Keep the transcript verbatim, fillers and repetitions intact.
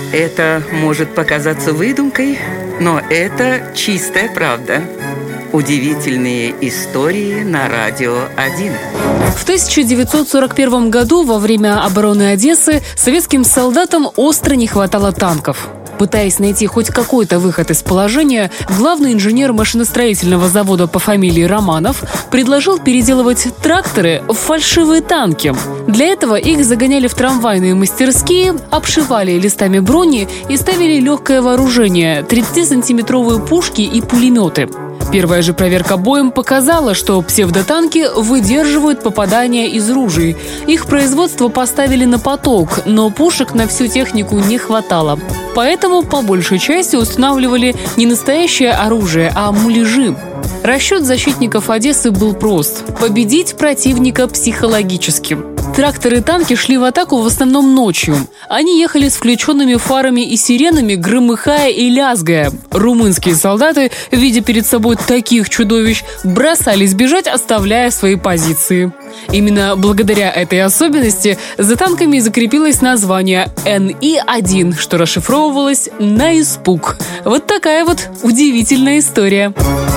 Это может показаться выдумкой, но это чистая правда. Удивительные истории на Радио один. В тысяча девятьсот сорок первом году во время обороны Одессы советским солдатам остро не хватало танков. Пытаясь найти хоть какой-то выход из положения, главный инженер машиностроительного завода по фамилии Романов предложил переделывать тракторы в фальшивые танки. Для этого их загоняли в трамвайные мастерские, обшивали листами брони и ставили легкое вооружение – тридцатисантиметровые пушки и пулеметы. Первая же проверка боем показала, что псевдотанки выдерживают попадания из ружей. Их производство поставили на поток, но пушек на всю технику не хватало. Поэтому по большей части устанавливали не настоящее оружие, а муляжи. Расчет защитников Одессы был прост – победить противника психологически. Тракторы и танки шли в атаку в основном ночью. Они ехали с включенными фарами и сиренами, громыхая и лязгая. Румынские солдаты, видя перед собой таких чудовищ, бросались бежать, оставляя свои позиции. Именно благодаря этой особенности за танками закрепилось название эн и один, что расшифровывалось на испуг. Вот такая вот удивительная история.